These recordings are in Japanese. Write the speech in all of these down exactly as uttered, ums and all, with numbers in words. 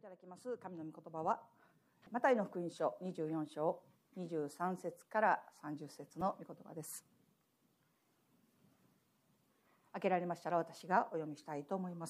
ただきます神の御言葉はマタイの福音書にじゅうよん章にじゅうさん節からさんじゅう節の御言葉です。開けられましたら私がお読みしたいと思います。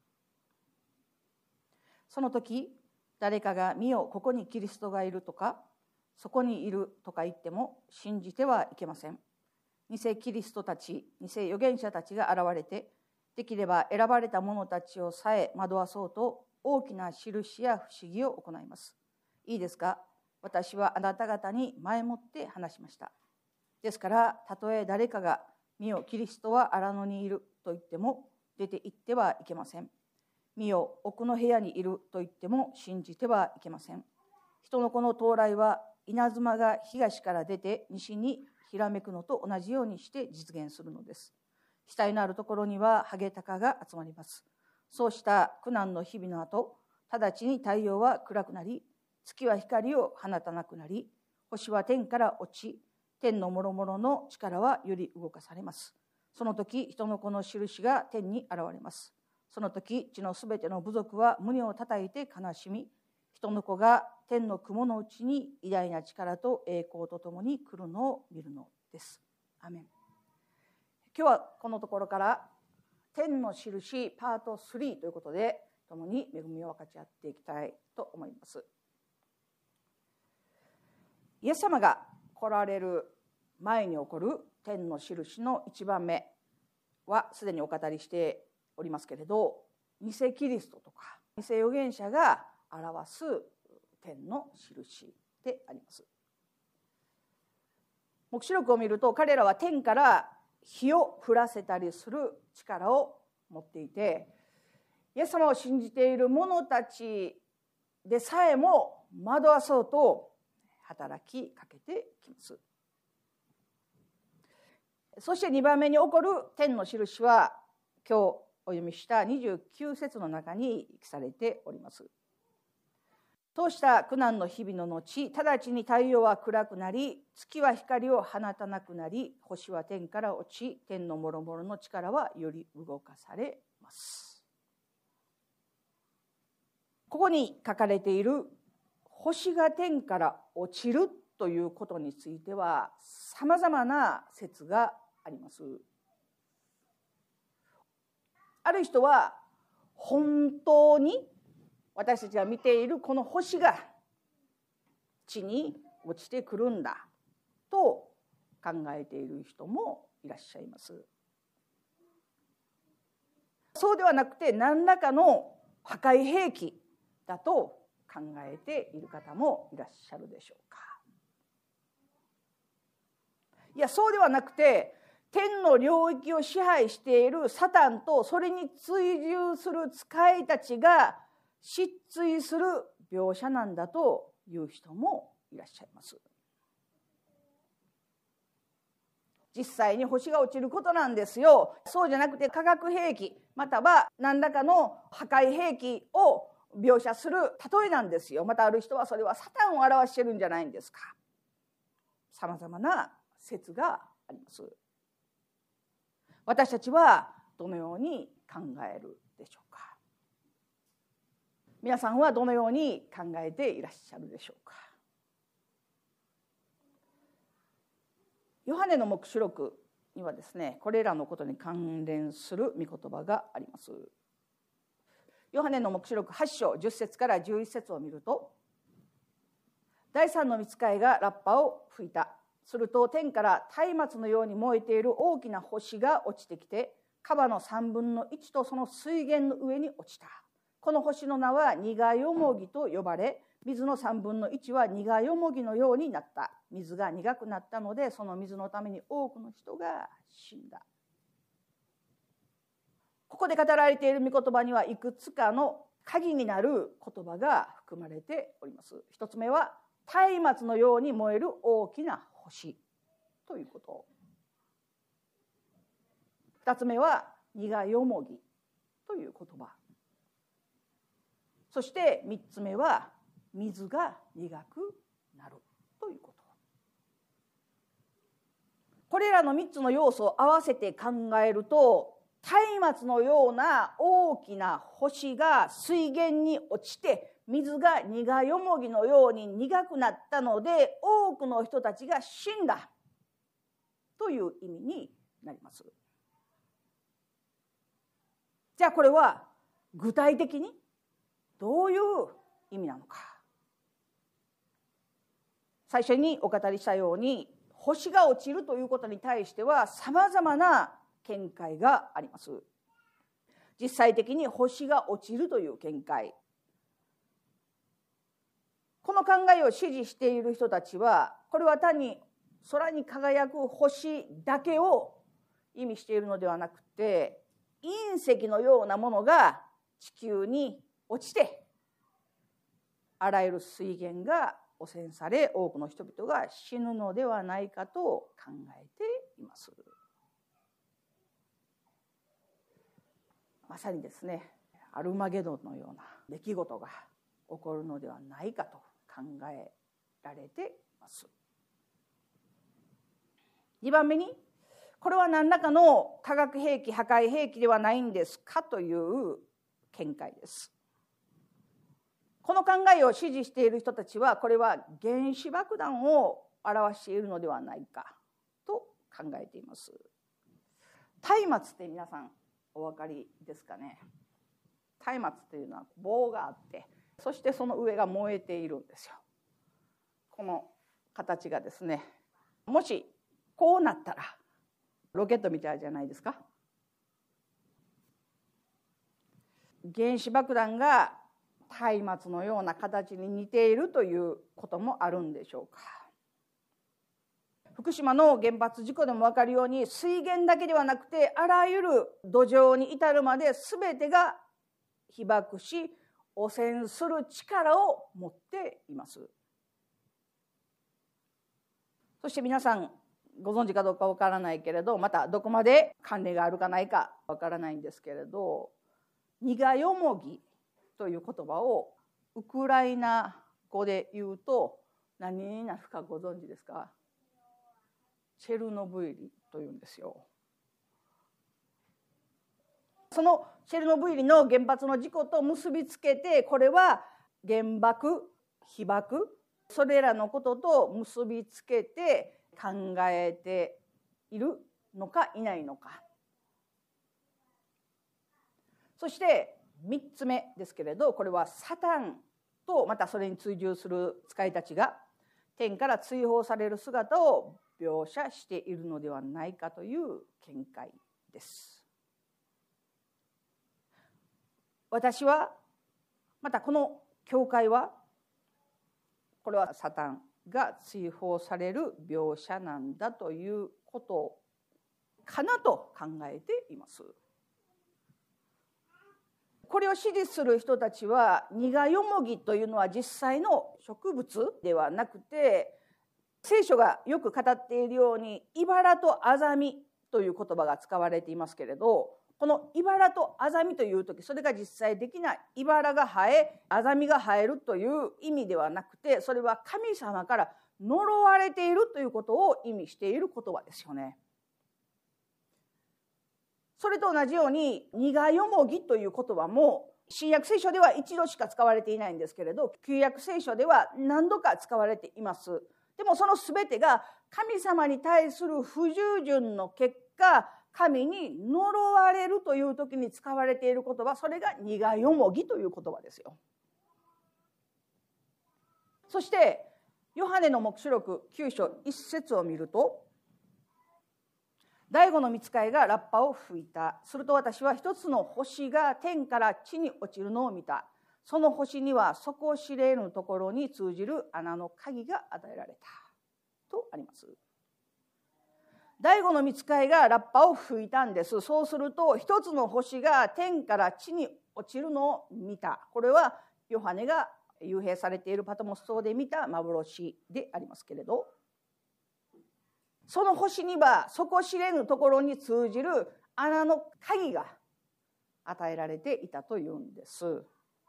その時誰かが見よここにキリストがいるとかそこにいるとか言っても信じてはいけません。偽キリストたち偽預言者たちが現れてできれば選ばれた者たちをさえ惑わそうと大きな印や不思議を行います。いいですか、私はあなた方に前もって話しました。ですからたとえ誰かが見よキリストは荒野にいると言っても出て行ってはいけません。見よ奥の部屋にいると言っても信じてはいけません。人の子の到来は稲妻が東から出て西にひらめくのと同じようにして実現するのです。額のあるところにはハゲタカが集まります。そうした苦難の日々の後、直ちに太陽は暗くなり、月は光を放たなくなり、星は天から落ち、天のもろもろの力はより動かされます。その時、人の子の印が天に現れます。その時、地のすべての部族は胸を叩いて悲しみ、人の子が天の雲のうちに偉大な力と栄光とともに来るのを見るのです。アメン。今日はこのところから天の印パートスリーということで共に恵みを分かち合っていきたいと思います。イエス様が来られる前に起こる天の印の一番目はすでにお語りしておりますけれど、偽キリストとか偽預言者が表す天の印であります。黙示録を見ると彼らは天から火を降らせたりする力を持っていて、イエス様を信じている者たちでさえも惑わそうと働きかけてきます。そしてにばんめに起こる天の印は今日お読みしたにじゅうきゅう節の中に記されております。そうした苦難の日々の後、直ちに太陽は暗くなり、月は光を放たなくなり、星は天から落ち、天のもろもろの力はより動かされます。ここに書かれている星が天から落ちるということについてはさまざまな説があります。ある人は本当に私たちが見ているこの星が地に落ちてくるんだと考えている人もいらっしゃいます。そうではなくて何らかの破壊兵器だと考えている方もいらっしゃるでしょうか。いや、そうではなくて天の領域を支配しているサタンとそれに追従する使いたちが失墜する描写なんだという人もいらっしゃいます。実際に星が落ちることなんですよ。そうじゃなくて化学兵器または何らかの破壊兵器を描写する例えなんですよ。またある人はそれはサタンを表してるんじゃないんですか。さまざまな説があります。私たちはどのように考えるでしょうか。皆さんはどのように考えていらっしゃるでしょうか。ヨハネの黙示録にはですね、これらのことに関連する御言葉があります。ヨハネの黙示録はち章じゅっ節からじゅういち節を見ると、第三の御使いがラッパを吹いた。すると天から松明のように燃えている大きな星が落ちてきて、川の三分の一とその水源の上に落ちた。この星の名は苦よもぎと呼ばれ、水の三分の一は苦よもぎのようになった。水が苦くなったので、その水のために多くの人が死んだ。ここで語られている御言葉にはいくつかの鍵になる言葉が含まれております。一つ目は松明のように燃える大きな星ということ。二つ目は苦よもぎという言葉。そして三つ目は水が苦くなるということ。これらの三つの要素を合わせて考えると、 松明のような大きな星が水源に落ちて、水が苦よもぎのように苦くなったので、多くの人たちが死んだという意味になります。じゃあこれは具体的にどういう意味なのか。最初にお語りしたように、星が落ちるということに対してはさまざまな見解があります。実際的に星が落ちるという見解、この考えを支持している人たちは、これは単に空に輝く星だけを意味しているのではなくて、隕石のようなものが地球に落ちて、あらゆる水源が汚染され、多くの人々が死ぬのではないかと考えています。まさにですね、アルマゲドンのような出来事が起こるのではないかと考えられています。にばんめに、これは何らかの化学兵器、破壊兵器ではないんですかという見解です。この考えを支持している人たちは、これは原子爆弾を表しているのではないかと考えています。松明って皆さんお分かりですかね。松明というのは棒があって、そしてその上が燃えているんですよ。この形がですね、もしこうなったらロケットみたいじゃないですか。原子爆弾が松明のような形に似ているということもあるんでしょうか。福島の原発事故でも分かるように、水源だけではなくてあらゆる土壌に至るまで全てが被爆し汚染する力を持っています。そして皆さんご存知かどうか分からないけれど、またどこまで関連があるかないか分からないんですけれど、苦よもぎという言葉をウクライナ語で言うと何になるかご存知ですか？チェルノブイリというんですよ。そのチェルノブイリの原発の事故と結びつけて、これは原爆、被爆、それらのことと結びつけて考えているのかいないのか。そしてみっつめですけれど、これはサタンとまたそれに追従する使いたちが天から追放される姿を描写しているのではないかという見解です。私はまたこの教会は、これはサタンが追放される描写なんだということかなと考えています。これを支持する人たちは、苦よもぎというのは実際の植物ではなくて、聖書がよく語っているように茨とアザミという言葉が使われていますけれど、この茨とアザミという時、それが実際的な茨が生えアザミが生えるという意味ではなくて、それは神様から呪われているということを意味している言葉ですよね。それと同じように苦よもぎという言葉も新約聖書では一度しか使われていないんですけれど、旧約聖書では何度か使われています。でもその全てが神様に対する不従順の結果、神に呪われるという時に使われている言葉、それが苦よもぎという言葉ですよ。そしてヨハネの黙示録きゅう章いち節を見ると、第五の御使いがラッパを吹いた。すると私は一つの星が天から地に落ちるのを見た。その星には底知れぬところに通じる穴の鍵が与えられたとあります。第五の御使いがラッパを吹いたんです。そうすると一つの星が天から地に落ちるのを見た。これはヨハネが幽閉されているパトモス島で見た幻でありますけれど、その星には底知れぬところに通じる穴の鍵が与えられていたというんです。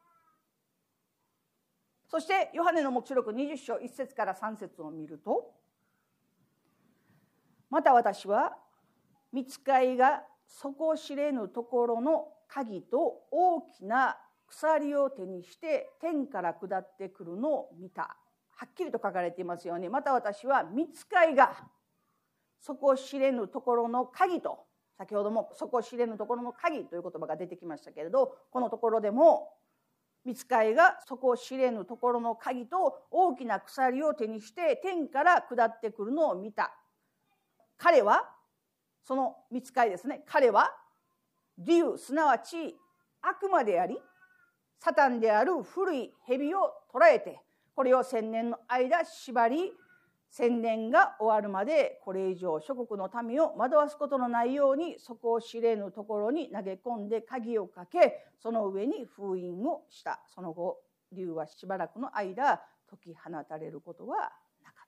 そしてヨハネの黙示録にじゅう章いち節からさん節を見ると、また私は御使いが底知れぬところの鍵と大きな鎖を手にして天から下ってくるのを見た。はっきりと書かれていますように、また私は御使いが底知れぬところの鍵と、先ほども底知れぬところの鍵という言葉が出てきましたけれど、このところでも御使いが底知れぬところの鍵と大きな鎖を手にして天から下ってくるのを見た。彼は、その御使いですね、彼は竜、すなわち悪魔でありサタンである古い蛇を捕らえて、これを千年の間縛り、千年が終わるまでこれ以上諸国の民を惑わすことのないように底知れぬところに投げ込んで鍵をかけ、その上に封印をした。その後竜はしばらくの間解き放たれることはなかった。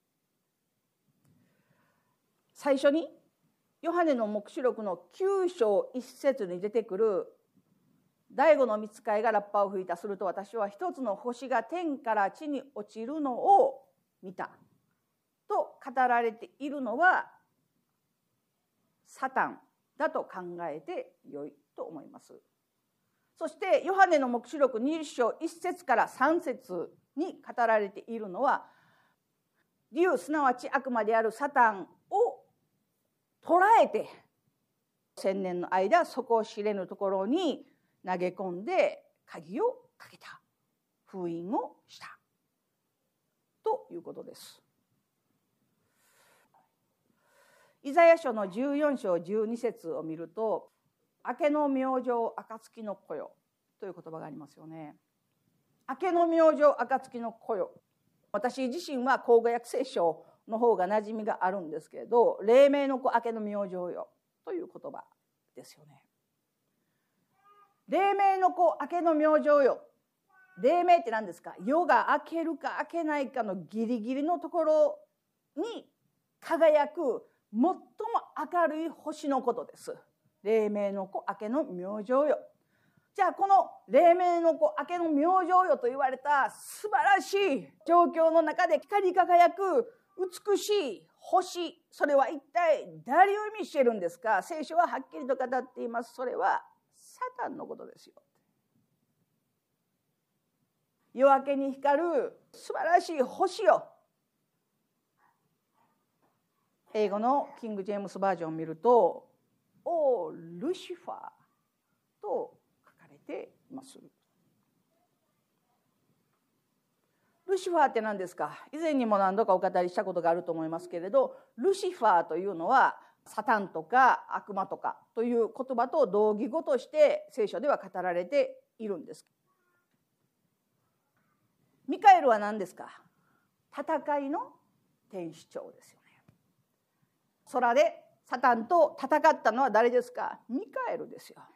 最初にヨハネの黙示録のきゅう章いち節に出てくる第五の御使いがラッパを吹いた。すると私は一つの星が天から地に落ちるのを見たと語られているのはサタンだと考えてよいと思います。そしてヨハネの黙示録にじゅう章いち節からさん節に語られているのは、竜、すなわち悪魔であるサタンを捕らえて千年の間底知れぬところに投げ込んで鍵をかけた、封印をしたということです。イザヤ書のじゅうよん章じゅうに節を見ると、明けの明星暁の子よという言葉がありますよね。明けの明星暁の子よ。私自身は口語訳聖書の方が馴染みがあるんですけれど、黎明の子明けの明星よという言葉ですよね。黎明の子明けの明星よ。黎明って何ですか？夜が明けるか明けないかのギリギリのところに輝く最も明るい星のことです。黎明の子明けの明星よ。じゃあこの黎明の子明けの明星よと言われた素晴らしい状況の中で光り輝く美しい星、それは一体誰を意味しているんですか？聖書ははっきりと語っています。それはサタンのことですよ。夜明けに光る素晴らしい星よ。英語のキング・ジェームスバージョンを見ると、おルシファーと書かれています。ルシファーって何ですか？以前にも何度かお語りしたことがあると思いますけれど、ルシファーというのはサタンとか悪魔とかという言葉と同義語として聖書では語られているんです。ミカエルは何ですか？戦いの天使長ですよね。空でサタンと戦ったのは誰ですか？ミカエルですよ。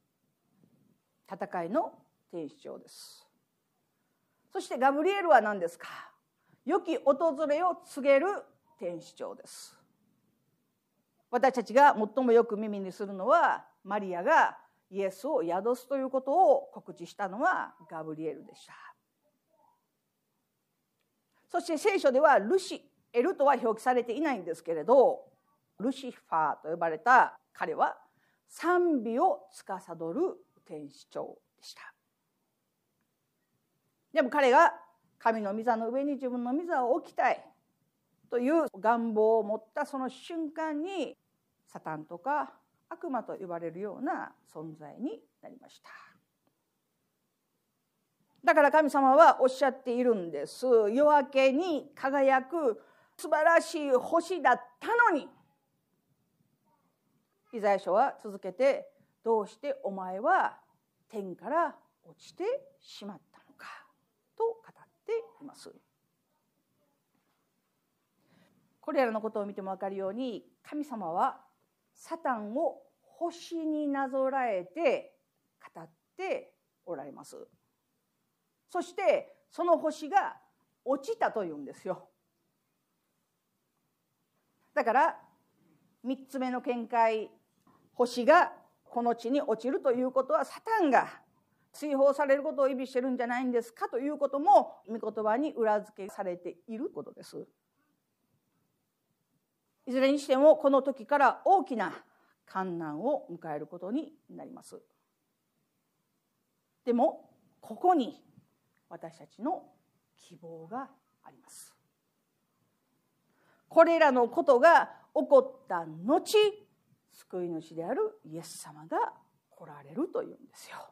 戦いの天使長です。そしてガブリエルは何ですか？良き訪れを告げる天使長です。私たちが最もよく耳にするのは、マリアがイエスを宿すということを告知したのはガブリエルでした。そして聖書ではルシエルとは表記されていないんですけれど、ルシファーと呼ばれた彼は賛美を司る天使長でした。でも彼が神の御座の上に自分の御座を置きたいという願望を持ったその瞬間に、サタンとか悪魔と呼ばれるような存在になりました。だから神様はおっしゃっているんです。夜明けに輝く素晴らしい星だったのに、イザヤ書は続けて、どうしてお前は天から落ちてしまったのかと語っています。これらのことを見ても分かるように、神様はサタンを星になぞらえて語っておられます。そしてその星が落ちたというんですよ。だからみっつめの見解、星がこの地に落ちるということはサタンが追放されることを意味してるんじゃないんですかということも御言葉に裏付けされていることです。いずれにしてもこの時から大きな患難を迎えることになります。でもここに私たちの希望があります。これらのことが起こった後、救い主であるイエス様が来られるというんですよ。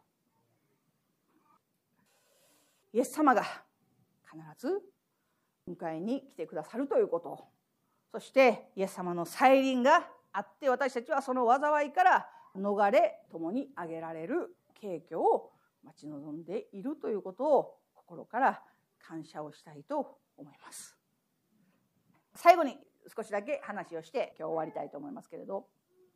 イエス様が必ず迎えに来てくださるということ、そしてイエス様の再臨があって、私たちはその災いから逃れ共に挙げられる景況を待ち望んでいるということを心から感謝をしたいと思います。最後に少しだけ話をして今日終わりたいと思いますけれど、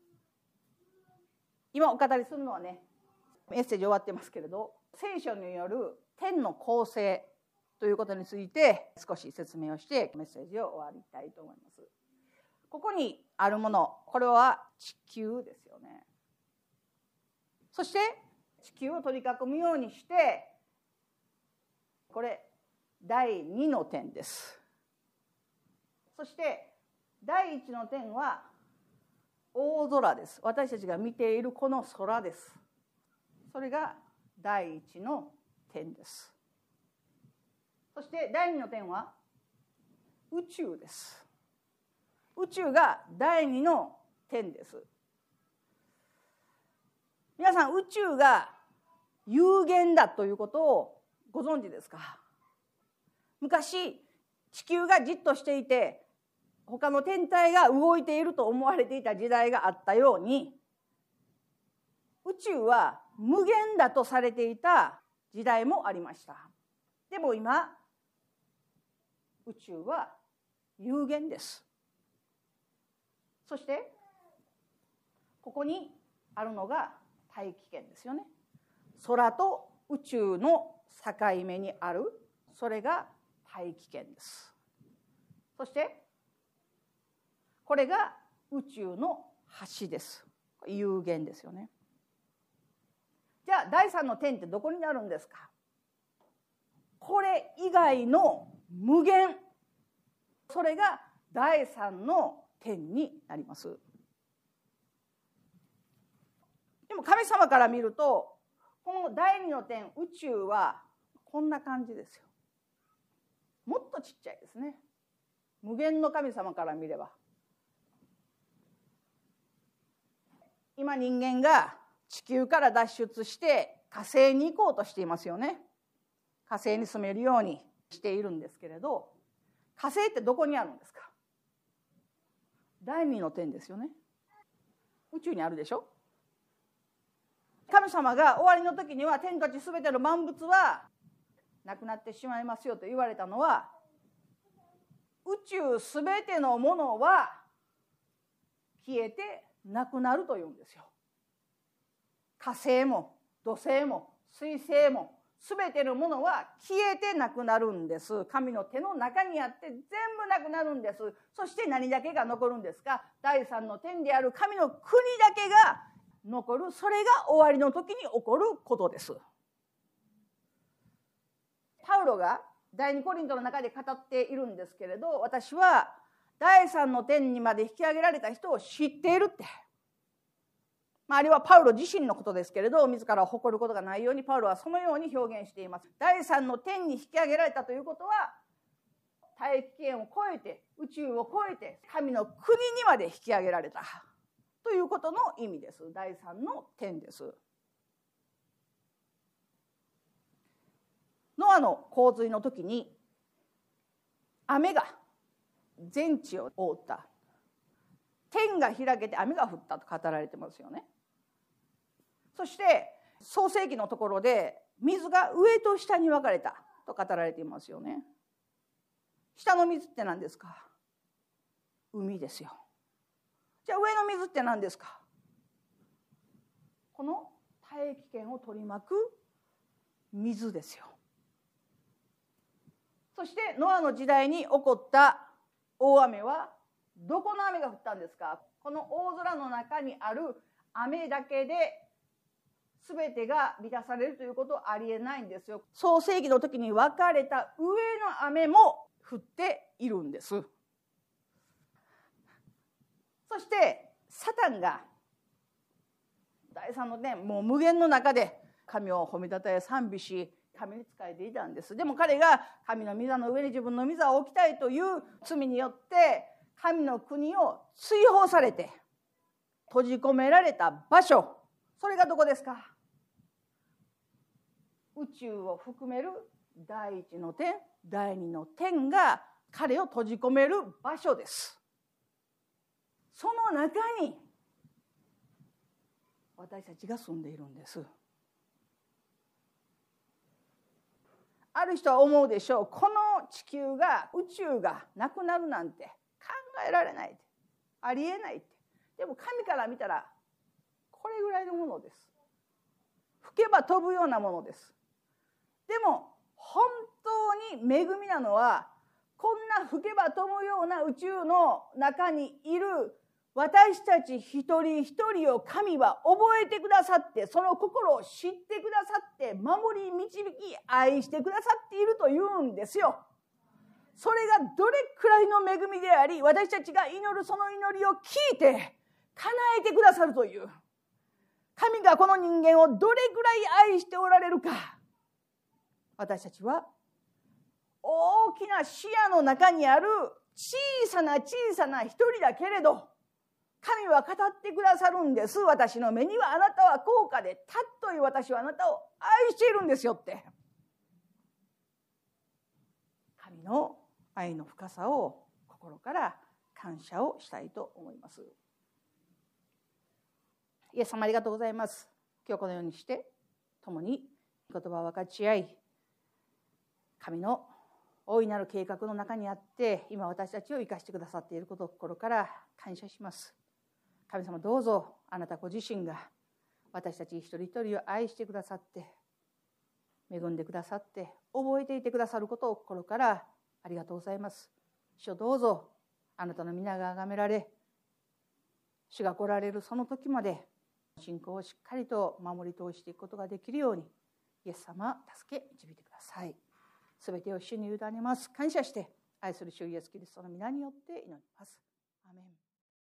今お語りするのはね、メッセージ終わってますけれど、聖書による天の構成ということについて少し説明をしてメッセージを終わりたいと思います。ここにあるもの、これは地球ですよね。そして地球を取り囲むようにして、これだいにの点です。そしてだいいちの点は大空です。私たちが見ているこの空です。それがだいいちの点です。そしてだいにの点は宇宙です。宇宙がだいにの点です。皆さん、宇宙が有限だということをご存知ですか？昔地球がじっとしていて他の天体が動いていると思われていた時代があったように、宇宙は無限だとされていた時代もありました。でも今宇宙は有限です。そしてここにあるのが大気圏ですよね。空と宇宙の境目にある、それが大気圏です。そしてこれが宇宙の端です。有限ですよね。じゃあだいさんの点ってどこにあるんですか？これ以外の無限、それがだいさんの点になります。でも神様から見ると、このだいにの点、宇宙はこんな感じですよ。もっとちっちゃいですね。無限の神様から見れば。今人間が地球から脱出して火星に行こうとしていますよね。火星に住めるようにしているんですけれど、火星ってどこにあるんですか？だいにの点ですよね。宇宙にあるでしょ。神様が終わりの時には天と地すべての万物はなくなってしまいますよと言われたのは、宇宙すべてのものは消えてなくなるというんですよ。火星も土星も水星もすべてのものは消えてなくなるんです。神の手の中にあって全部なくなるんです。そして何だけが残るんですか？だいさんの点である神の国だけが残る。それが終わりの時に起こることです。パウロが第二コリントの中で語っているんですけれど、私はだいさんの点にまで引き上げられた人を知っているって、まあ、あれはパウロ自身のことですけれど、自らを誇ることがないようにパウロはそのように表現しています。だいさんの点に引き上げられたということは、大気圏を超えて宇宙を超えて神の国にまで引き上げられたということの意味です。だいさんの点です。ノアの洪水の時に雨が全地を覆った、天が開けて雨が降ったと語られてますよね。そして創世記のところで水が上と下に分かれたと語られていますよね。下の水って何ですか？海ですよ。じゃあ上の水って何ですか？この大気圏を取り巻く水ですよ。そしてノアの時代に起こった大雨はどこの雨が降ったんですか？この大空の中にある雨だけで全てが満たされるということはありえないんですよ。創世記の時に分かれた上の雨も降っているんです。そしてサタンがだいさんの点、もう無限の中で神を褒めたたえ賛美し、神に仕えていたんです。でも彼が神の御座の上に自分の御座を置きたいという罪によって神の国を追放されて閉じ込められた場所、それがどこですか？宇宙を含める第一の点、第二の点が彼を閉じ込める場所です。その中に私たちが住んでいるんです。ある人は思うでしょう。この地球が、宇宙がなくなるなんて考えられない。ありえないって。でも神から見たらこれぐらいのものです。吹けば飛ぶようなものです。でも本当に恵みなのは、こんな吹けば飛ぶような宇宙の中にいる私たち一人一人を神は覚えてくださって、その心を知ってくださって、守り導き愛してくださっているというんですよ。それがどれくらいの恵みであり、私たちが祈るその祈りを聞いて叶えてくださるという、神がこの人間をどれくらい愛しておられるか、私たちは大きな視野の中にある小さな小さな一人だけれど、神は語ってくださるんです。私の目にはあなたは高価で、たっとい私はあなたを愛しているんですよって。神の愛の深さを心から感謝をしたいと思います。イエス様ありがとうございます。今日このようにして共に言葉を分かち合い、神の大いなる計画の中にあって今私たちを生かしてくださっていることを心から感謝します。神様、どうぞあなたご自身が私たち一人一人を愛してくださって、恵んでくださって、覚えていてくださることを心からありがとうございます。主よ、どうぞあなたの皆が崇められ、主が来られるその時まで信仰をしっかりと守り通していくことができるように、イエス様助け導いてください。すべてを主に委ねます。感謝して愛する主イエスキリストの皆によって祈ります。アーメン。